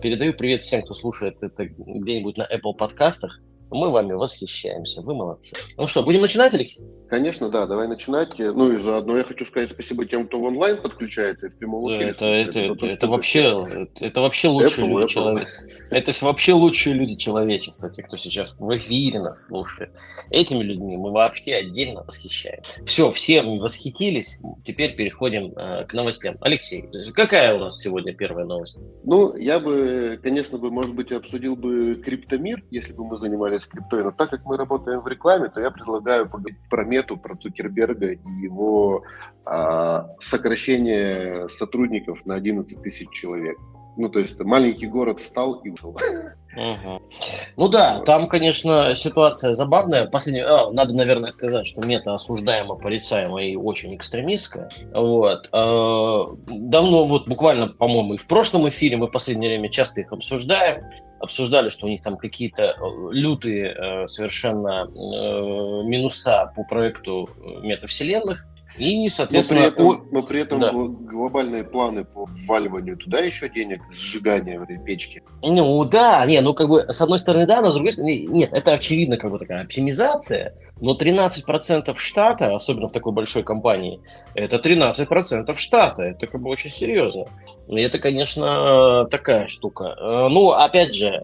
передаю привет всем, кто слушает это где-нибудь на Apple подкастах. Мы вами восхищаемся, вы молодцы. Ну что, будем начинать, Алексей? Конечно, да, давай начинать. Ну и заодно я хочу сказать спасибо тем, кто в онлайн подключается и в прямом эфире. Это вообще лучшие люди человечества. Это вообще лучшие люди человечества, те, кто сейчас в эфире нас слушает. Этими людьми мы вообще отдельно восхищаем. Все, все восхитились. Теперь переходим к новостям. Алексей, какая у нас сегодня первая новость? Ну, я бы, конечно, может быть, обсудил бы криптомир, если бы мы занимались криптой. Но так как мы работаем в рекламе, то я предлагаю поговорить про Мету, про Цукерберга и его сокращение сотрудников на 11 тысяч человек. Ну, то есть маленький город встал и ушел. Угу. Ну да, там, конечно, ситуация забавная. Надо, наверное, сказать, что Мета осуждаема, порицаема и очень экстремистская. Вот. Давно, буквально, по-моему, и в прошлом эфире мы в последнее время часто их обсуждаем. Обсуждали, что у них там какие-то лютые совершенно минуса по проекту метавселенных. И, соответственно... Но при этом да. Глобальные планы по вваливанию туда еще денег, сжигания в этой печке. Ну да, с одной стороны да, но с другой стороны нет, это очевидно такая оптимизация, но 13% штата, особенно в такой большой компании, это 13% штата, это очень серьезно. И это, конечно, такая штука. Ну, опять же,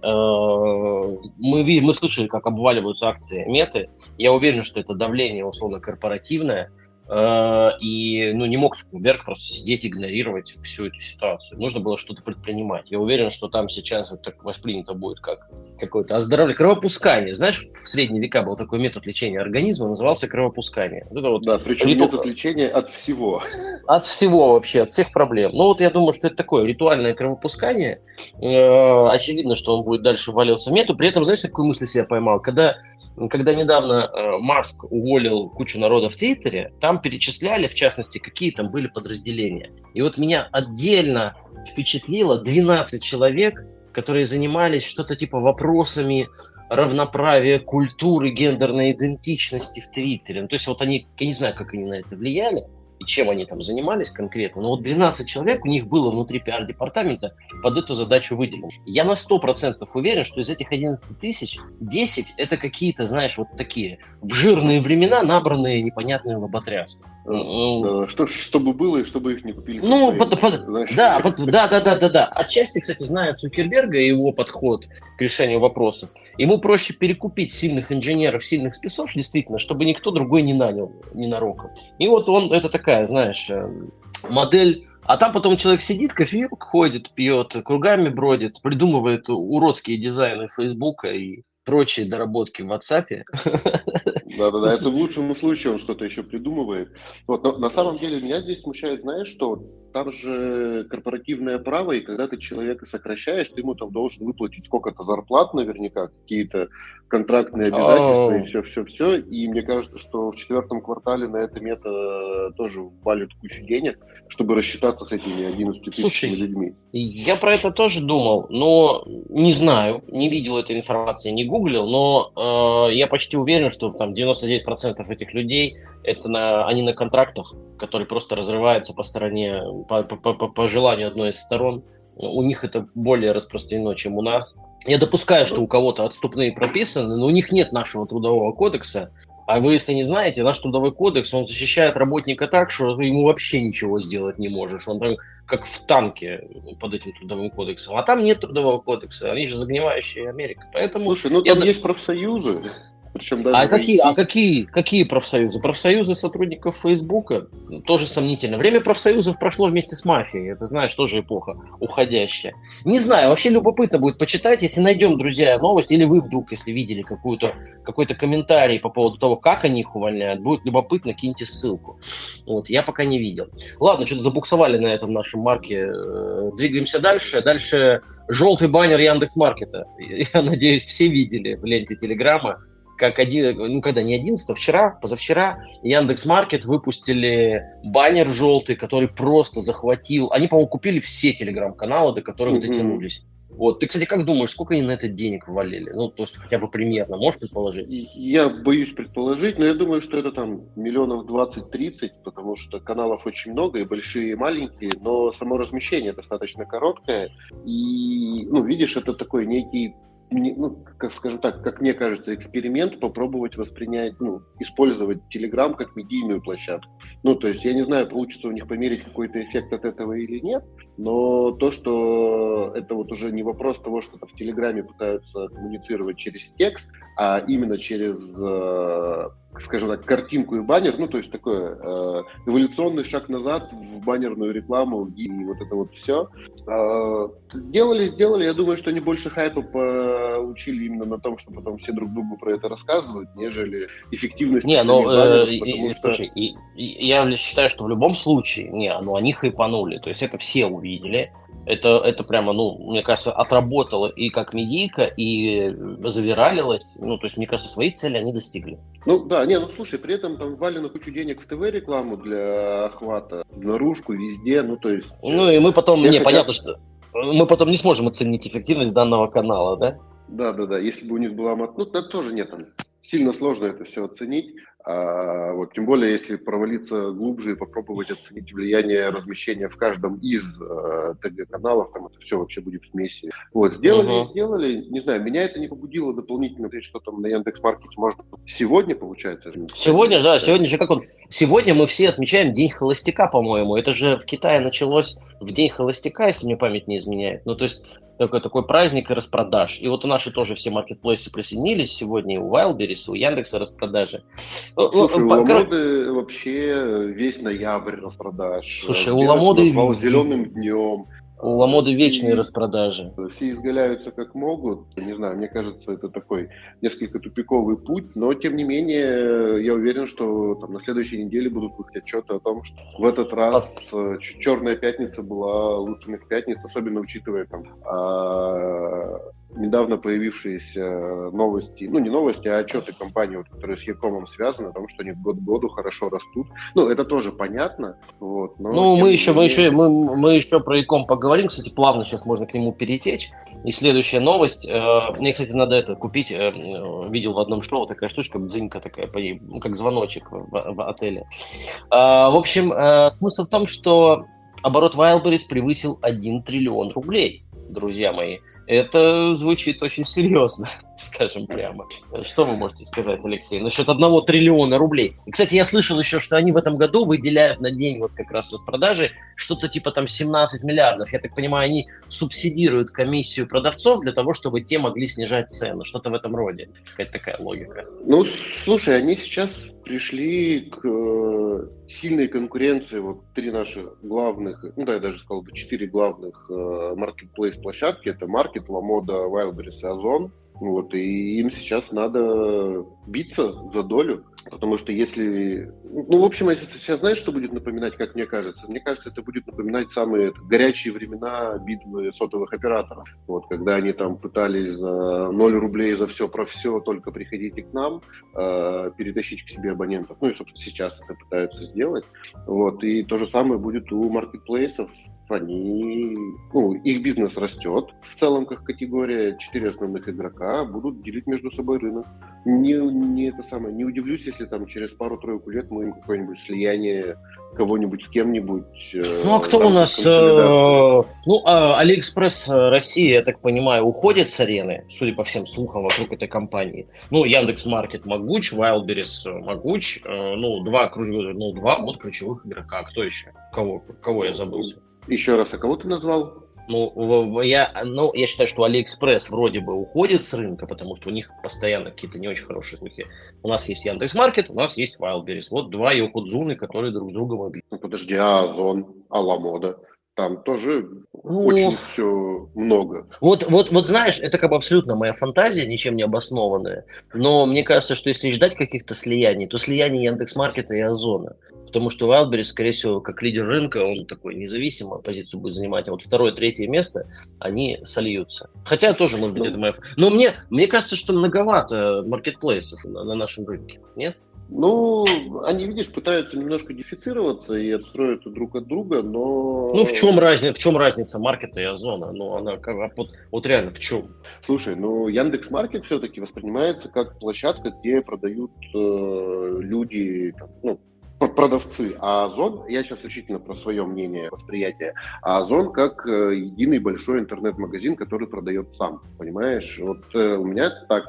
мы слышали, как обваливаются акции Меты. Я уверен, что это давление, условно, корпоративное. И не мог Цукерберг просто сидеть и игнорировать всю эту ситуацию. Нужно было что-то предпринимать. Я уверен, что там сейчас это воспринято будет как какое-то оздоровление. Кровопускание. Знаешь, в средние века был такой метод лечения организма, назывался кровопускание. Да, причем метод лечения от всего. От всего вообще, от всех проблем. Ну я думаю, что это такое ритуальное кровопускание. Очевидно, что он будет дальше валиться в Мету. При этом, знаешь, какую мысль себя поймал? Когда недавно Маск уволил кучу народа в Твиттере, там перечисляли, в частности, какие там были подразделения. И меня отдельно впечатлило 12 человек, которые занимались что-то типа вопросами равноправия, культуры, гендерной идентичности в Твиттере. То есть они, я не знаю, как они на это влияли, и чем они там занимались конкретно, но 12 человек у них было внутри пиар-департамента под эту задачу выделено. Я на 100% уверен, что из этих 11 тысяч 10 это какие-то, знаешь, такие в жирные времена набранные непонятные лоботрясы. Чтобы было и чтобы их не купили. Да. Отчасти, кстати, зная Цукерберга и его подход к решению вопросов, ему проще перекупить сильных инженеров, сильных спецов, действительно, чтобы никто другой не нанял ненароком. И это такая, знаешь, модель. А там потом человек сидит, кофеек ходит, пьет, кругами бродит, придумывает уродские дизайны Фейсбука и прочие доработки в WhatsApp. Да, это в лучшем случае он что-то еще придумывает. Но на самом деле меня здесь смущает, знаешь, что там же корпоративное право, и когда ты человека сокращаешь, ты ему там должен выплатить сколько-то зарплат наверняка, какие-то контрактные обязательства и все. И мне кажется, что в 4-м квартале на это Мета тоже валит кучу денег, чтобы рассчитаться с этими 11 тысячами людьми. Я про это тоже думал, но не знаю, не видел этой информации, не гуглил, но я почти уверен, что там 99% этих людей они на контрактах, которые просто разрываются по стороне, по желанию одной из сторон. У них это более распространено, чем у нас. Я допускаю, что у кого-то отступные прописаны, но у них нет нашего трудового кодекса. А вы, если не знаете, наш трудовой кодекс, он защищает работника так, что ты ему вообще ничего сделать не можешь. Он там как в танке под этим трудовым кодексом. А там нет трудового кодекса, они же загнивающая Америка. Поэтому слушай, там есть профсоюзы. Причем даже какие профсоюзы? Профсоюзы сотрудников Фейсбука тоже сомнительно. Время профсоюзов прошло вместе с мафией. Это, знаешь, тоже эпоха уходящая. Не знаю, вообще любопытно будет почитать, если найдем, друзья, новость, или вы вдруг, если видели какой-то комментарий по поводу того, как они их увольняют, будет любопытно, киньте ссылку. Я пока не видел. Ладно, что-то забуксовали на этом нашем марке. Двигаемся дальше. Дальше желтый баннер Яндекс.Маркета. Я надеюсь, все видели в ленте Телеграма. Позавчера, Яндекс.Маркет выпустили баннер желтый, который просто захватил. Они, по-моему, купили все телеграм-каналы, до которых дотянулись. Вот. Ты, кстати, как думаешь, сколько они на это денег ввалили? Ну, то есть хотя бы примерно, можешь предположить? Я боюсь предположить, но я думаю, что это там миллионов 20-30, потому что каналов очень много, и большие, и маленькие, но само размещение достаточно короткое. И, ну, видишь, это такой некий, ну, как скажем так, как мне кажется, эксперимент попробовать воспринять, ну, использовать Telegram как медийную площадку. Ну, то есть я не знаю, получится у них померить какой-то эффект от этого или нет, но то, что это вот уже не вопрос того, что в Телеграме пытаются коммуницировать через текст, а именно через, скажем так, картинку и баннер, ну, то есть такой эволюционный шаг назад в баннерную рекламу и вот это вот все. Сделали. Я думаю, что они больше хайпа получили именно на том, что потом все друг другу про это рассказывают, нежели эффективности самих баннеров, потому что... Слушай, я считаю, что в любом случае, они хайпанули, то есть это все увидели. Это прямо, мне кажется, отработало и как медийка, и завиралилось. Ну, то есть, мне кажется, свои цели они достигли. Ну, да, слушай, при этом там валено кучу денег в ТВ-рекламу для охвата, наружку, везде, ну, то есть... Ну, и мы потом, понятно, что мы потом не сможем оценить эффективность данного канала, да? Да, если бы у них была... Ну, там тоже нет, там сильно сложно это все оценить. Вот, тем более, если провалиться глубже и попробовать оценить влияние размещения в каждом из ТГ-каналов, там это все вообще будет в смеси. Вот, сделали. Не знаю, меня это не побудило дополнительно смотреть, что там на Яндекс.Маркете можно сегодня, получается. Сегодня, да, сегодня же как он... Сегодня мы все отмечаем День холостяка, по-моему. Это же в Китае началось в День холостяка, если мне память не изменяет. Ну, то есть такой праздник распродаж. И вот у наши тоже все маркетплейсы присоединились. Сегодня и у Wildberries, и у Яндекса распродажи. Слушай, у Ламоды вообще весь ноябрь распродаж. Слушай, у Ламоды... зеленым днем. У Ламоды вечные распродажи. Все изгаляются как могут. Не знаю, мне кажется, это такой несколько тупиковый путь, но тем не менее, я уверен, что там на следующей неделе будут выходить отчеты о том, что в этот раз Черная пятница была лучшим их пятниц, особенно учитывая там недавно появившиеся новости, ну не новости, а отчеты компаний, вот, которые с Якомом связаны, о том, что они год к году хорошо растут. Ну, это тоже понятно. Вот, но мы еще про Яком поговорим. Кстати, плавно сейчас можно к нему перетечь. И следующая новость. Мне, кстати, надо это купить. Видел в одном шоу такая штучка, дзынька такая, как звоночек в отеле. В общем, смысл в том, что оборот Wildberries превысил 1 триллион рублей, друзья мои. Это звучит очень серьезно, скажем прямо. Что вы можете сказать, Алексей, насчет 1 триллиона рублей? И, кстати, я слышал еще, что они в этом году выделяют на день вот как раз распродажи что-то типа там 17 миллиардов. Я так понимаю, они субсидируют комиссию продавцов для того, чтобы те могли снижать цены. Что-то в этом роде. Какая-то такая логика. Ну, слушай, они сейчас пришли к сильной конкуренции. Вот 3 наших главных, я даже сказал бы 4 главных маркетплейс-площадки. Это Market, Ламода, Wildberries и Озон. Вот, и им сейчас надо биться за долю, потому что если... Ну, в общем, если сейчас знаешь, что будет напоминать, как мне кажется? Мне кажется, это будет напоминать самые горячие времена битвы сотовых операторов. Вот, когда они там пытались за 0 рублей за все про все, только приходите к нам, перетащить к себе абонентов. Ну, и, собственно, сейчас это пытаются сделать. Вот, и то же самое будет у маркетплейсов. Их бизнес растет в целом как категория, 4 основных игрока будут делить между собой рынок. Не удивлюсь, если там через пару-тройку лет мы им какое-нибудь слияние кого-нибудь с кем-нибудь. А кто у нас? Алиэкспресс Россия, я так понимаю, уходит с арены, судя по всем слухам вокруг этой компании. Яндекс.Маркет могуч, Wildberries могуч, два ключевых игрока. Кто еще? Кого я забылся? Еще раз, а кого ты назвал? Я считаю, что Алиэкспресс вроде бы уходит с рынка, потому что у них постоянно какие-то не очень хорошие слухи. У нас есть Яндекс.Маркет, у нас есть Wildberries. Вот 2 Йокодзуны, которые друг с другом объединяют. Ну, подожди, а Озон, а Ламода? Там тоже очень все много. Вот знаешь, это как бы абсолютно моя фантазия, ничем не обоснованная. Но мне кажется, что если ждать каких-то слияний, то слияние Яндекс.Маркета и Озона. Потому что Wildberries, скорее всего, как лидер рынка, он такой независимую позицию будет занимать. А вот 2-3 место, они сольются. Хотя тоже, может быть, это моя... Но мне кажется, что многовато маркетплейсов на нашем рынке. Нет? Ну, они, видишь, пытаются немножко дифференцироваться и отстроиться друг от друга, но... Ну, в чем разница маркета и Озона? Ну, она вот реально в чем? Слушай, ну, Яндекс.Маркет все-таки воспринимается как площадка, где продают люди, там, ну, продавцы, а Озон, я сейчас исключительно про свое мнение, восприятие, а Озон как единый большой интернет-магазин, который продает сам, понимаешь? Вот у меня так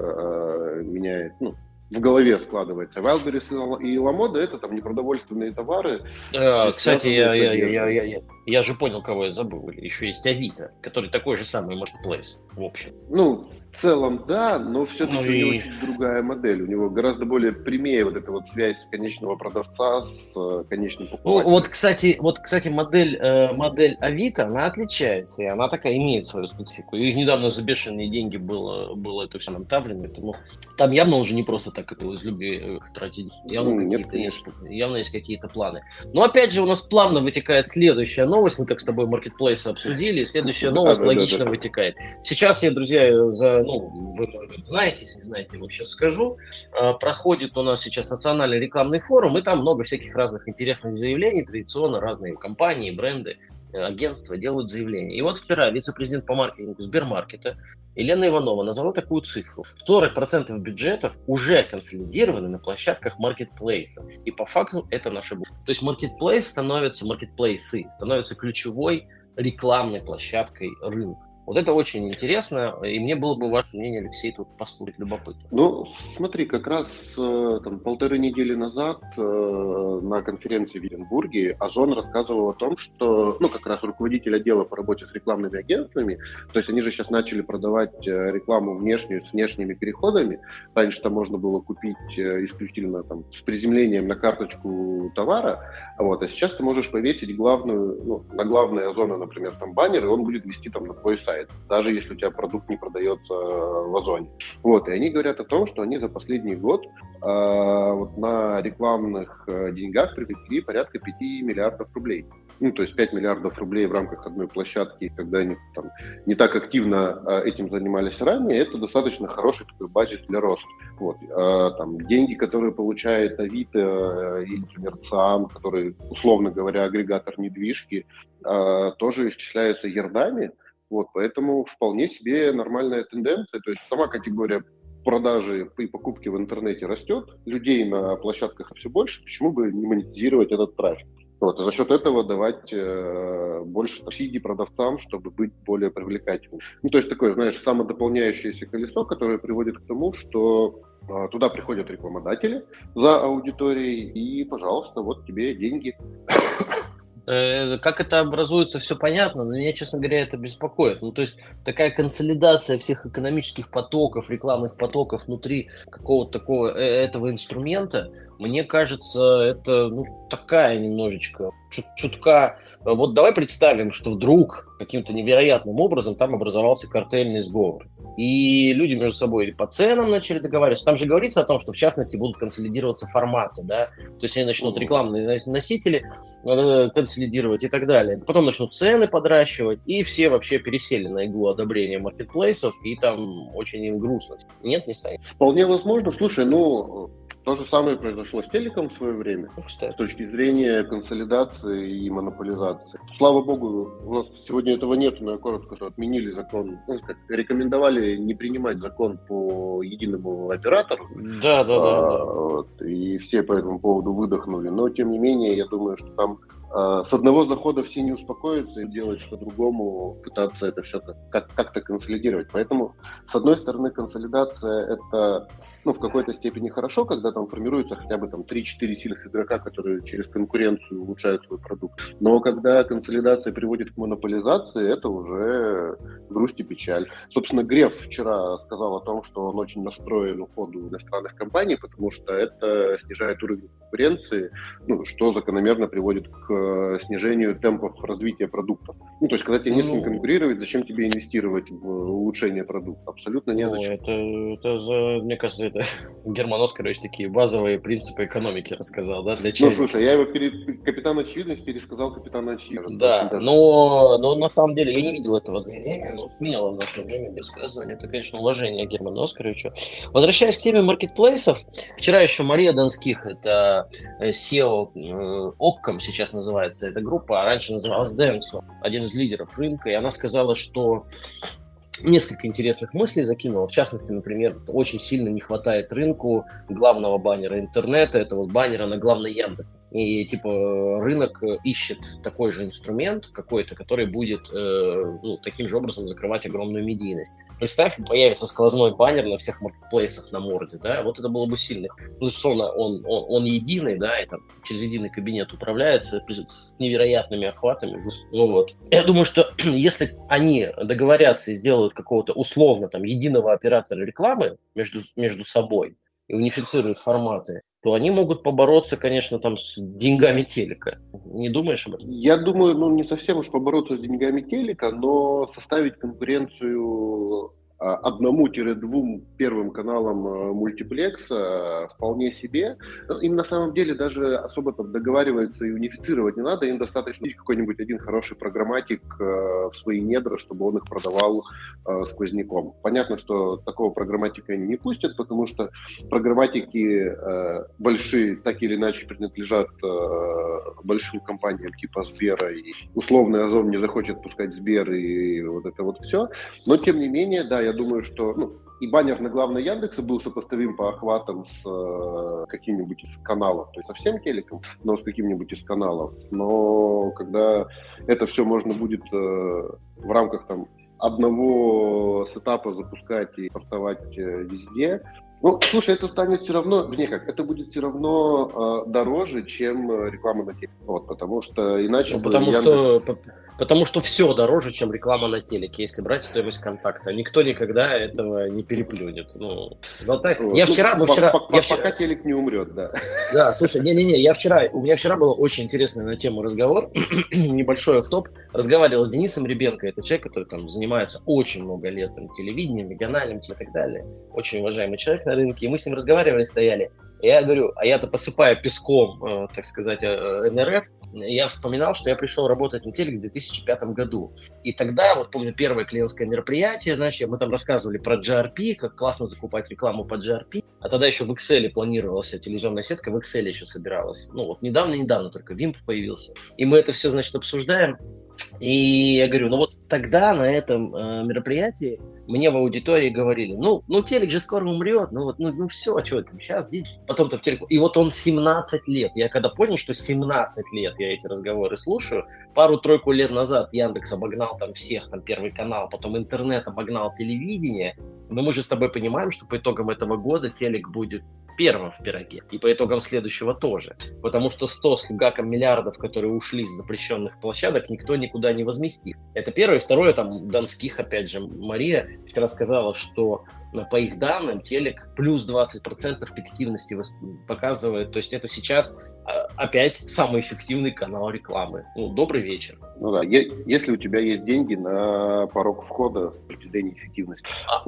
меняет, ну, в голове складывается. Wildberries и Ламода — это там непродовольственные товары, Кстати, связанные с одеждой. я же понял, кого я забыл. Еще есть Авито, который такой же самый маркетплейс, в общем. Ну, в целом, да, но все-таки Ну у него и чуть другая модель. У него гораздо более прямее вот эта вот связь конечного продавца с конечным Ну, покупателем. вот, кстати, модель Авито, она отличается, и она такая имеет свою специфику. И недавно за бешеные деньги было это все намтавлено, поэтому там явно уже не просто так это из любви тратить. Нет, конечно. Явно есть какие-то планы. Но опять же, у нас плавно вытекает следующая новость. Мы так с тобой маркетплейсы обсудили, и следующая Да, новость да, да, логично да. вытекает. Сейчас я, друзья, вы, может быть, знаете, если не знаете, я вам сейчас скажу. Проходит у нас сейчас национальный рекламный форум, и там много всяких разных интересных заявлений. Традиционно разные компании, бренды, агентства делают заявления. И вот вчера вице-президент по маркетингу Сбермаркета Елена Иванова назвала такую цифру. 40% бюджетов уже консолидированы на площадках маркетплейса. И по факту это наше будущее. То есть маркетплейсы становятся ключевой рекламной площадкой рынка. Вот это очень интересно, и мне было бы ваше мнение, Алексей, тут послушать любопытно. Ну, смотри, как раз там 1,5 недели назад на конференции в Екатеринбурге Озон рассказывал о том, что, ну, как раз руководитель отдела по работе с рекламными агентствами, то есть они же сейчас начали продавать рекламу внешнюю с внешними переходами. Раньше там можно было купить исключительно там с приземлением на карточку товара, вот, а сейчас ты можешь повесить главную, ну, на главной Озона, например, там баннер, и он будет вести там на твой сайт, даже если у тебя продукт не продается в Озоне. Вот, и они говорят о том, что они за последний год вот на рекламных деньгах привлекли порядка 5 миллиардов рублей. Ну, то есть 5 миллиардов рублей в рамках одной площадки, когда они там не так активно этим занимались ранее, это достаточно хороший такой базис для роста. Вот, там деньги, которые получает Авито или, например, ЦАМ, который, условно говоря, агрегатор недвижки, тоже исчисляются ярдами. Вот, поэтому вполне себе нормальная тенденция. То есть сама категория продажи и покупки в интернете растет, людей на площадках все больше, почему бы не монетизировать этот трафик? Вот, и за счет этого давать больше субсидий продавцам, чтобы быть более привлекательным. Ну, то есть такое, знаешь, самодополняющееся колесо, которое приводит к тому, что туда приходят рекламодатели за аудиторией, и, пожалуйста, вот тебе деньги. Как это образуется, все понятно, но меня, честно говоря, это беспокоит. Ну, то есть такая консолидация всех экономических потоков, рекламных потоков внутри какого-то такого этого инструмента, мне кажется, это такая немножечко чутка. Вот давай представим, что вдруг каким-то невероятным образом там образовался картельный сговор. И люди между собой или по ценам начали договариваться. Там же говорится о том, что в частности будут консолидироваться форматы, да, то есть они начнут рекламные носители консолидировать и так далее. Потом начнут цены подращивать, и все вообще пересели на иглу одобрения маркетплейсов, и там очень им грустно. Нет, не станет. Вполне возможно. Слушай, то же самое произошло с телеком в свое время, с точки зрения консолидации и монополизации. Слава богу, у нас сегодня этого нет, но я коротко, что отменили закон, рекомендовали не принимать закон по единому оператору. Да. Вот, и все по этому поводу выдохнули. Но, тем не менее, я думаю, что там с одного захода все не успокоятся и делать что другому, пытаться это все как-то консолидировать. Поэтому, с одной стороны, консолидация — это в какой-то степени хорошо, когда там формируются хотя бы там 3-4 сильных игрока, которые через конкуренцию улучшают свой продукт. Но когда консолидация приводит к монополизации, это уже грусть и печаль. Собственно, Греф вчера сказал о том, что он очень настроен уходу иностранных компаний, потому что это снижает уровень конкуренции, что закономерно приводит к к снижению темпов развития продуктов. Ну, то есть, когда тебе не с кем конкурировать, зачем тебе инвестировать в улучшение продукта? Абсолютно незачем. Мне кажется, это Герман Оскарович такие базовые принципы экономики рассказал, да, для чайника. Ну, слушай, я его капитан очевидность пересказал капитану очевидность. Да, но на самом деле я не видел этого заявления, но смело в наше время без высказывания. Это, конечно, уважение Герману Оскаровичу. Возвращаясь к теме маркетплейсов, вчера еще Мария Донских, это SEO Occam сейчас называется эта группа, а раньше называлась Denso, один из лидеров рынка, и она сказала, что несколько интересных мыслей закинула. В частности, например, очень сильно не хватает рынку главного баннера интернета, это вот баннера на главной Яндексе. И типа рынок ищет такой же инструмент какой-то, который будет таким же образом закрывать огромную медийность. Представь, появится сквозной баннер на всех маркетплейсах на морде, да, вот это было бы сильно. Безусловно, он единый, да, и там через единый кабинет управляется с невероятными охватами. Вот. Я думаю, что если они договорятся и сделают какого-то условно там единого оператора рекламы между собой и унифицируют форматы, то они могут побороться, конечно, там с деньгами телека. Не думаешь об этом? Я думаю, не совсем уж побороться с деньгами телека, но составить конкуренцию одному-двум первым каналам мультиплекса вполне себе. Им на самом деле даже особо там договариваться и унифицировать не надо, им достаточно какой-нибудь один хороший программатик в свои недра, чтобы он их продавал сквозняком. Понятно, что такого программатика они не пустят, потому что программатики большие так или иначе принадлежат большим компаниям типа Сбера, и условный Озон не захочет пускать Сбер и вот это вот все. Но тем не менее, да, я думаю, что и баннер на главной Яндексе был сопоставим по охватам с каким-нибудь из каналов, то есть со всем телеком, но с каким-нибудь из каналов. Но когда это все можно будет в рамках там одного сетапа запускать и стартовать везде, слушай, это станет все равно, это будет все равно дороже, чем реклама на телеке. Вот, потому что иначе... Потому что все дороже, чем реклама на телеке, если брать стоимость контакта. Никто никогда этого не переплюнет. Пока телек не умрет, да. Да, слушай, у меня вчера был очень интересный на тему разговор, небольшой офф-топ. Разговаривал с Денисом Ребенко, это человек, который там занимается очень много лет телевидением, региональным и так далее. Очень уважаемый человек на рынке. И мы с ним разговаривали, стояли. Я говорю, а я-то посыпаю песком, так сказать, НРФ. Я вспоминал, что я пришел работать на телек в 2005 году. И тогда, вот помню, первое клиентское мероприятие, значит, мы там рассказывали про GRP, как классно закупать рекламу по GRP. А тогда еще в Excel планировалась телевизионная сетка, в Excel еще собиралась. Недавно только Wimp появился. И мы это все, значит, обсуждаем. И я говорю, тогда на этом мероприятии мне в аудитории говорили, телек же скоро умрет, все, что это, сейчас, потом-то в телек... И вот он 17 лет. Я когда понял, что 17 лет я эти разговоры слушаю, пару-тройку лет назад Яндекс обогнал там всех, там Первый канал, потом интернет обогнал телевидение, но мы же с тобой понимаем, что по итогам этого года телек будет первым в пироге, и по итогам следующего тоже. Потому что 100 с гаком миллиардов, которые ушли с запрещенных площадок, никто никуда не возместит. Это первое. Второе, там, Донских, опять же, Мария вчера сказала, что по их данным телек плюс 20% эффективности показывает. То есть это сейчас опять самый эффективный канал рекламы. Добрый вечер. Да, если у тебя есть деньги на порог входа в определение эффективности.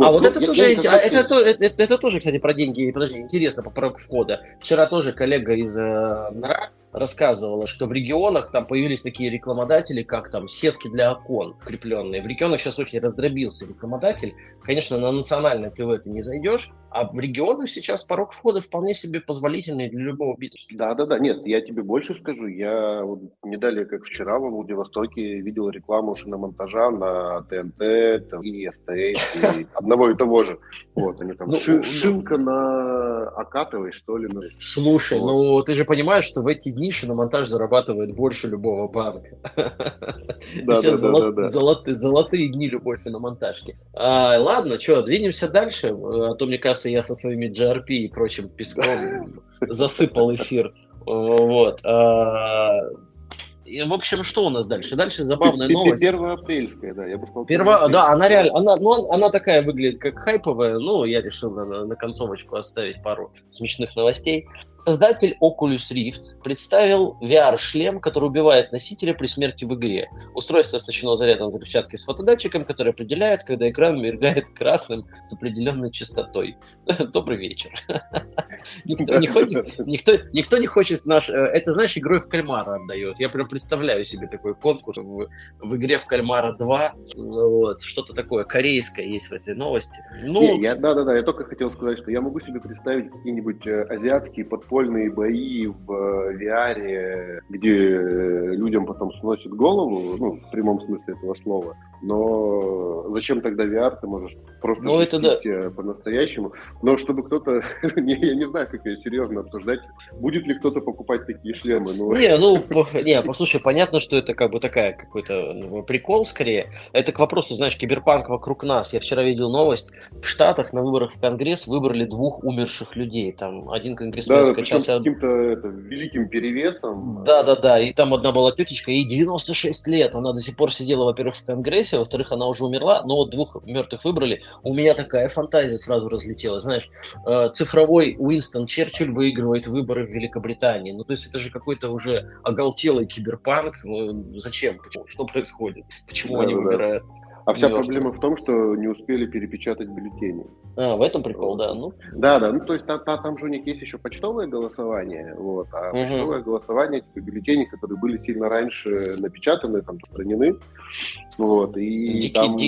Это тоже, кстати, про деньги. Подожди, интересно, по порогу входа. Вчера тоже коллега из НРА рассказывала, что в регионах там появились такие рекламодатели, как там сетки для окон крепленные. В регионах сейчас очень раздробился рекламодатель. Конечно, на национальное ТВ ты не зайдешь, а в регионах сейчас порог входа вполне себе позволительный для любого бизнеса. Да. Нет, я тебе больше скажу. Я не далее, как вчера в Владивостоке видел рекламу шиномонтажа на ТНТ и СТС, и одного и того же. Вот, они там шинка на Акатовой, что ли. Слушай, ты же понимаешь, что в эти дни шиномонтаж зарабатывает больше любого банка. Да. Золотые дни любой шиномонтажки. Ладно, двинемся дальше. А то, мне кажется, я со своими GRP и прочим песком засыпал эфир. Вот. И, в общем, что у нас дальше? Дальше забавная новость. Первоапрельская, да, я бы сказал. Да, она реально, она такая выглядит как хайповая, я решил на концовочку оставить пару смешных новостей. Создатель Oculus Rift представил VR-шлем, который убивает носителя при смерти в игре. Устройство оснащено зарядом взрывчатки с фотодатчиком, который определяет, когда экран мигает красным с определенной частотой. Добрый вечер. Никто не хочет это, знаешь, игрой в кальмара отдает. Я прям представляю себе такой конкурс в игре в кальмара 2. Что-то такое корейское есть в этой новости. Я только хотел сказать, что я могу себе представить какие-нибудь азиатские подпольные бои в VR, где людям потом сносят голову, в прямом смысле этого слова. Но зачем тогда VR? Ты можешь просто жестить по-настоящему. Но чтобы кто-то... я не знаю, как ее серьезно обсуждать. Будет ли кто-то покупать такие шлемы? Послушай, понятно, что это как бы такая какой-то прикол скорее. Это к вопросу, знаешь, киберпанк вокруг нас. Я вчера видел новость. В Штатах на выборах в Конгресс выбрали 2 умерших людей. Там один конгрессмен скачался... каким-то великим перевесом. Да. И там одна была тетечка, ей 96 лет. Она до сих пор сидела, во-первых, в Конгрессе, во-вторых, она уже умерла, но 2 мертвых выбрали. У меня такая фантазия сразу разлетелась. Знаешь, цифровой Уинстон Черчилль выигрывает выборы в Великобритании. То есть это же какой-то уже оголтелый киберпанк. Зачем? Почему? Что происходит? Почему они умирают? А вся проблема в том, что не успели перепечатать бюллетени. В этом прикол, да. Да, то есть там же у них есть еще почтовое голосование, почтовое голосование, бюллетени, которые были сильно раньше напечатаны, распространены, и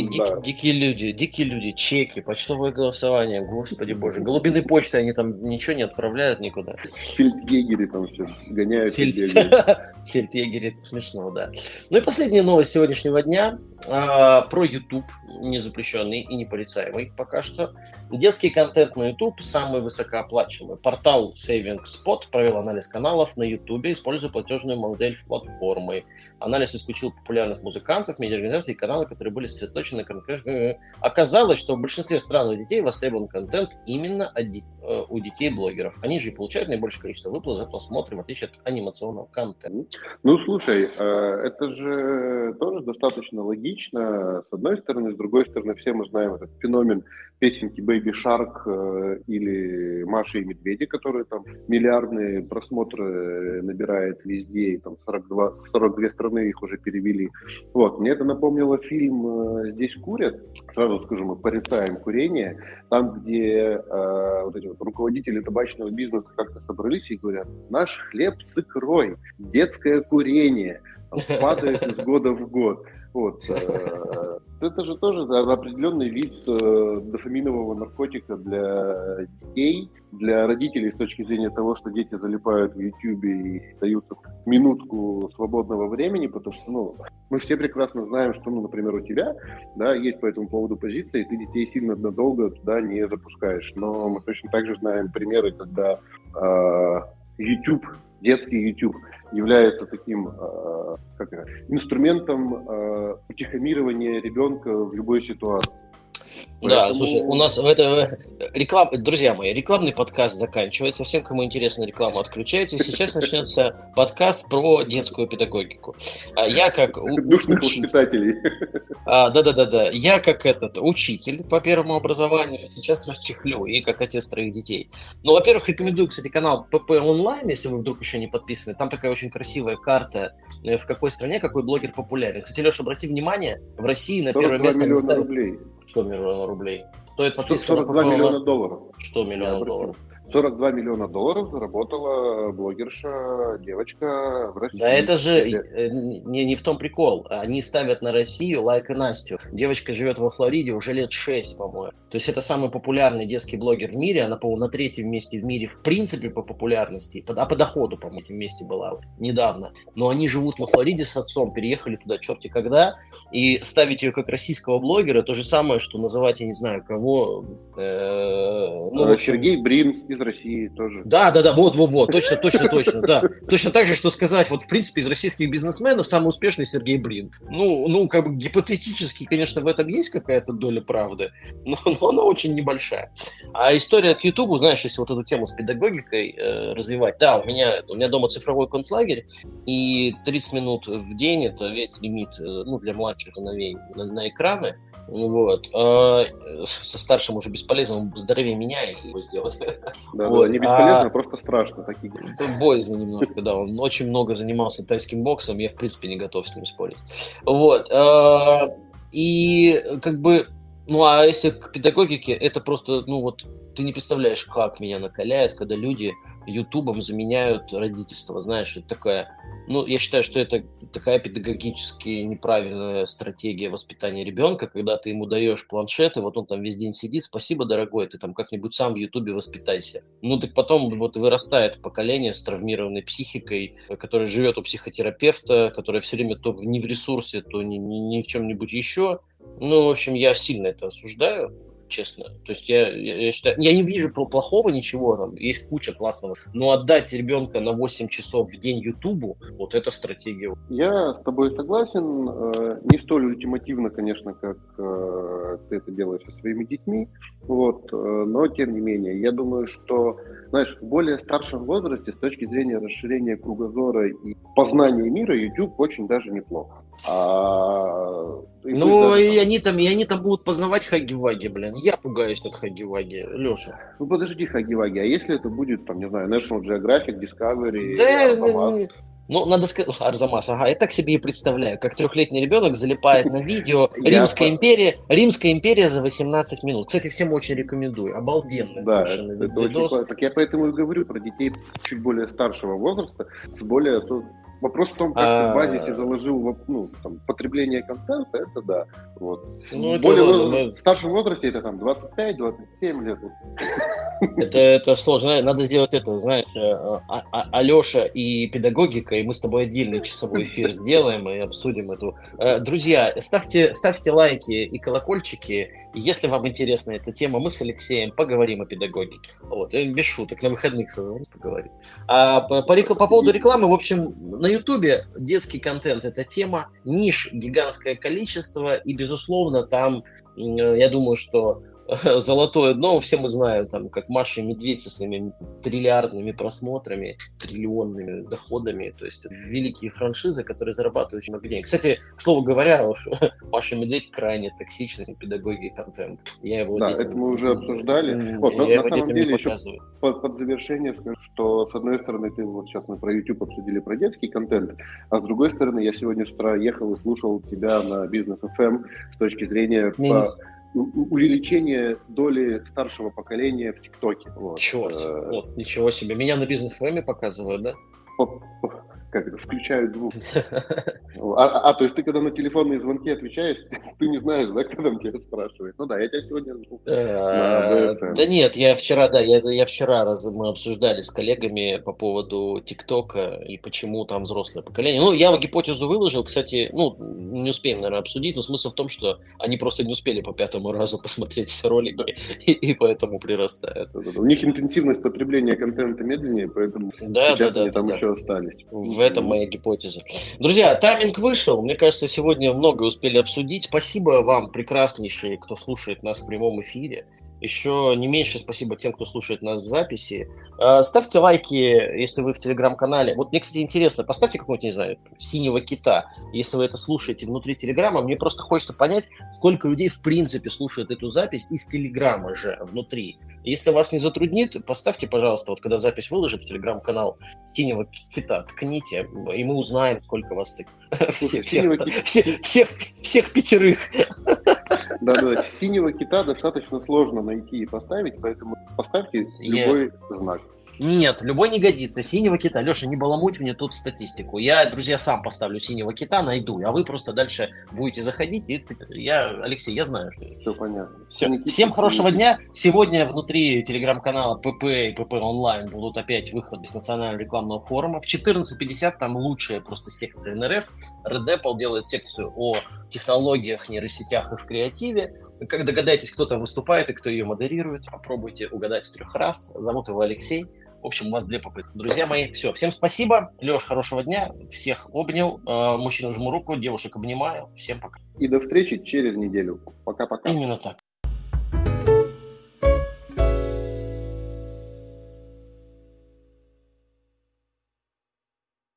дикие люди, чеки, почтовое голосование, господи боже, голубиной почты они там ничего не отправляют никуда. Фельдъегери там все гоняют. Фельдъегери, это смешно, да. И последняя новость сегодняшнего дня про YouTube, незапрещенный и непорицаемый пока что. Детский контент на YouTube самый высокооплачиваемый. Портал Saving Spot провел анализ каналов на YouTube, используя платежную модель платформы. Анализ исключил популярных музыкантов, медиаорганизаций и каналы, которые были сосредоточены конкретно. Оказалось, что в большинстве стран у детей востребован контент именно у детей-блогеров. Они же и получают наибольшее количество выплат за просмотры, в отличие от анимационного контента. Слушай, это же тоже достаточно логично, с одной стороны. С другой стороны, все мы знаем этот феномен песенки Baby Shark или Маши и Медведи, которые там миллиардные просмотры набирает везде, и там 42 страны их уже перевели. Мне это напомнило фильм «Здесь курят». Сразу скажу, мы порицаем курение. Там, где эти руководители табачного бизнеса как-то собрались и говорят: наш хлеб с икрой, детское курение падает из года в год. Это же тоже определенный вид дофаминового наркотика для детей, для родителей с точки зрения того, что дети залипают в YouTube и дают минутку свободного времени, потому что, мы все прекрасно знаем, что, например, у тебя, есть по этому поводу позиция, и ты детей сильно надолго туда не запускаешь. Но мы точно так же знаем примеры, когда YouTube, детский YouTube, является таким инструментом утихомиривания ребенка в любой ситуации. Да, слушай, у нас друзья мои, рекламный подкаст заканчивается. Всем, кому интересна реклама, отключайтесь. Сейчас начнется подкаст про детскую педагогику. Я как воспитателей. Да. Я как учитель по первому образованию сейчас расчехлю и как отец 3 детей. Во-первых, рекомендую, кстати, канал ПП Онлайн, если вы вдруг еще не подписаны. Там такая очень красивая карта, в какой стране какой блогер популярен. Кстати, Леша, обрати внимание, в России на первое место... 42 миллиона рублей. 100 миллионов рублей. Стоит подписка 42 миллиона долларов. Что миллиона долларов? 42 миллиона долларов заработала блогерша, девочка в России. Да это же не в том прикол. Они ставят на Россию Лайк и Настю. Девочка живет во Флориде уже лет 6, по-моему. То есть это самый популярный детский блогер в мире. Она, по-моему, на 3-м месте в мире в принципе по популярности. По доходу, по-моему, на 3-м месте была недавно. Но они живут во Флориде с отцом, переехали туда черти когда. И ставить ее как российского блогера то же самое, что называть, я не знаю, кого... Сергей Брин из России тоже. Да, вот, точно, да. Точно так же, что сказать, вот, в принципе, из российских бизнесменов самый успешный Сергей Брин. Ну, как бы гипотетически, конечно, в этом есть какая-то доля правды, но она очень небольшая. А история к Ютубу, знаешь, если вот эту тему с педагогикой развивать, да, у меня дома цифровой концлагерь, и 30 минут в день это весь лимит, для младших сыновей на экраны. Вот. Со старшим уже бесполезно, он здоровее меня и его сделать. Да, вот. Не бесполезно, просто страшно. Такие. Это боязно немножко, да. Он очень много занимался тайским боксом, я, в принципе, не готов с ним спорить. Вот. И как бы, а если к педагогике, это просто, ты не представляешь, как меня накаляет, когда люди ютубом заменяют родительство, знаешь, это такая... я считаю, что это такая педагогически неправильная стратегия воспитания ребенка, когда ты ему даешь планшет, и вот он там весь день сидит, спасибо, дорогой, ты там как-нибудь сам в Ютубе воспитайся. Так потом вот вырастает поколение с травмированной психикой, которое живет у психотерапевта, которое все время то не в ресурсе, то не в чем-нибудь еще. В общем, я сильно это осуждаю. Честно. То есть я считаю, я не вижу плохого ничего, там есть куча классного, но отдать ребенка на 8 часов в день Ютубу, вот это стратегия. Я с тобой согласен, не столь ультимативно, конечно, как ты это делаешь со своими детьми, но тем не менее, я думаю, что, знаешь, в более старшем возрасте с точки зрения расширения кругозора и познания мира YouTube очень даже неплохо. И они там будут познавать Хаги-Ваги, блин. Я пугаюсь от Хаги-Ваги, Леша. Подожди, Хаги-Ваги, а если это будет, там, не знаю, National Geographic, Discovery, Arzamas? Надо сказать, Арзамас, я так себе и представляю, как 3-летний ребенок залипает на видео Римская империя за 18 минут. Кстати, всем очень рекомендую, обалденно. Да, это очень классно. Так я поэтому и говорю про детей чуть более старшего возраста, с более... Вопрос в том, как ты в базисе заложил потребление контента, это да. В старшем возрасте это там 25-27 лет. Это сложно. Надо сделать это, знаешь, Алеша и педагогика, и мы с тобой отдельный часовой эфир сделаем и обсудим эту. Друзья, ставьте лайки и колокольчики. Если вам интересна эта тема, мы с Алексеем поговорим о педагогике. Без шуток, на выходных созвоним, поговорим. По поводу рекламы, в общем, на Ютубе детский контент – это тема, ниш гигантское количество, и, безусловно, там, я думаю, что золотое дно, все мы знаем, там, как Маша и Медведь со своими триллиардными просмотрами, триллионными доходами, то есть великие франшизы, которые зарабатывают очень много денег. Кстати, к слову говоря, Маша и Медведь крайне токсичны в педагогии контента. Это мы уже обсуждали. На самом деле, еще под завершение скажу, что с одной стороны, сейчас мы про YouTube обсудили про детский контент, а с другой стороны, я сегодня с утра ехал и слушал тебя на Business FM с точки зрения увеличение доли старшего поколения в ТикТоке. Черт, ничего себе. Меня на бизнес-фэме показывают, да? Как это, включают звук. То есть ты когда на телефонные звонки отвечаешь, ты не знаешь, да, кто там тебя спрашивает? Я тебя сегодня... Да нет, я вчера мы обсуждали с коллегами по поводу ТикТока и почему там взрослое поколение. Я гипотезу выложил, кстати, не успеем, наверное, обсудить, но смысл в том, что они просто не успели по 5-му разу посмотреть все ролики, и поэтому прирастают. У них интенсивность потребления контента медленнее, поэтому сейчас они там еще остались. В этом моя гипотеза. Друзья, тайминг вышел. Мне кажется, сегодня многое успели обсудить. Спасибо вам, прекраснейшие, кто слушает нас в прямом эфире. Еще не меньше спасибо тем, кто слушает нас в записи. Ставьте лайки, если вы в Телеграм-канале. Мне, кстати, интересно, поставьте какого-нибудь, не знаю, синего кита, если вы это слушаете внутри Телеграма. Мне просто хочется понять, сколько людей в принципе слушает эту запись из Телеграма же внутри. Если вас не затруднит, поставьте, пожалуйста, когда запись выложит в Телеграм-канал синего кита, ткните, и мы узнаем, сколько вас всех 5. Да, синего кита достаточно сложно найти и поставить, поэтому поставьте любой знак. Нет, любой не годится. Синего кита. Леша, не баламуть мне тут статистику. Я, друзья, сам поставлю синего кита, найду, а вы просто дальше будете заходить. Алексей, я знаю, что... Все понятно. Всем хорошего дня. Сегодня внутри телеграм-канала ПП и ПП онлайн будут опять выходы с национального рекламного форума. В 14:50 там лучшая просто секция НРФ. Red Apple делает секцию о технологиях, нейросетях и в креативе. Как догадаетесь, кто там выступает и кто ее модерирует, попробуйте угадать с 3 раз. Зовут его Алексей. В общем, у вас 2 попытки. Друзья мои, все. Всем спасибо. Леш, хорошего дня. Всех обнял. Мужчину жму руку, девушек обнимаю. Всем пока. И до встречи через неделю. Пока-пока. Именно так.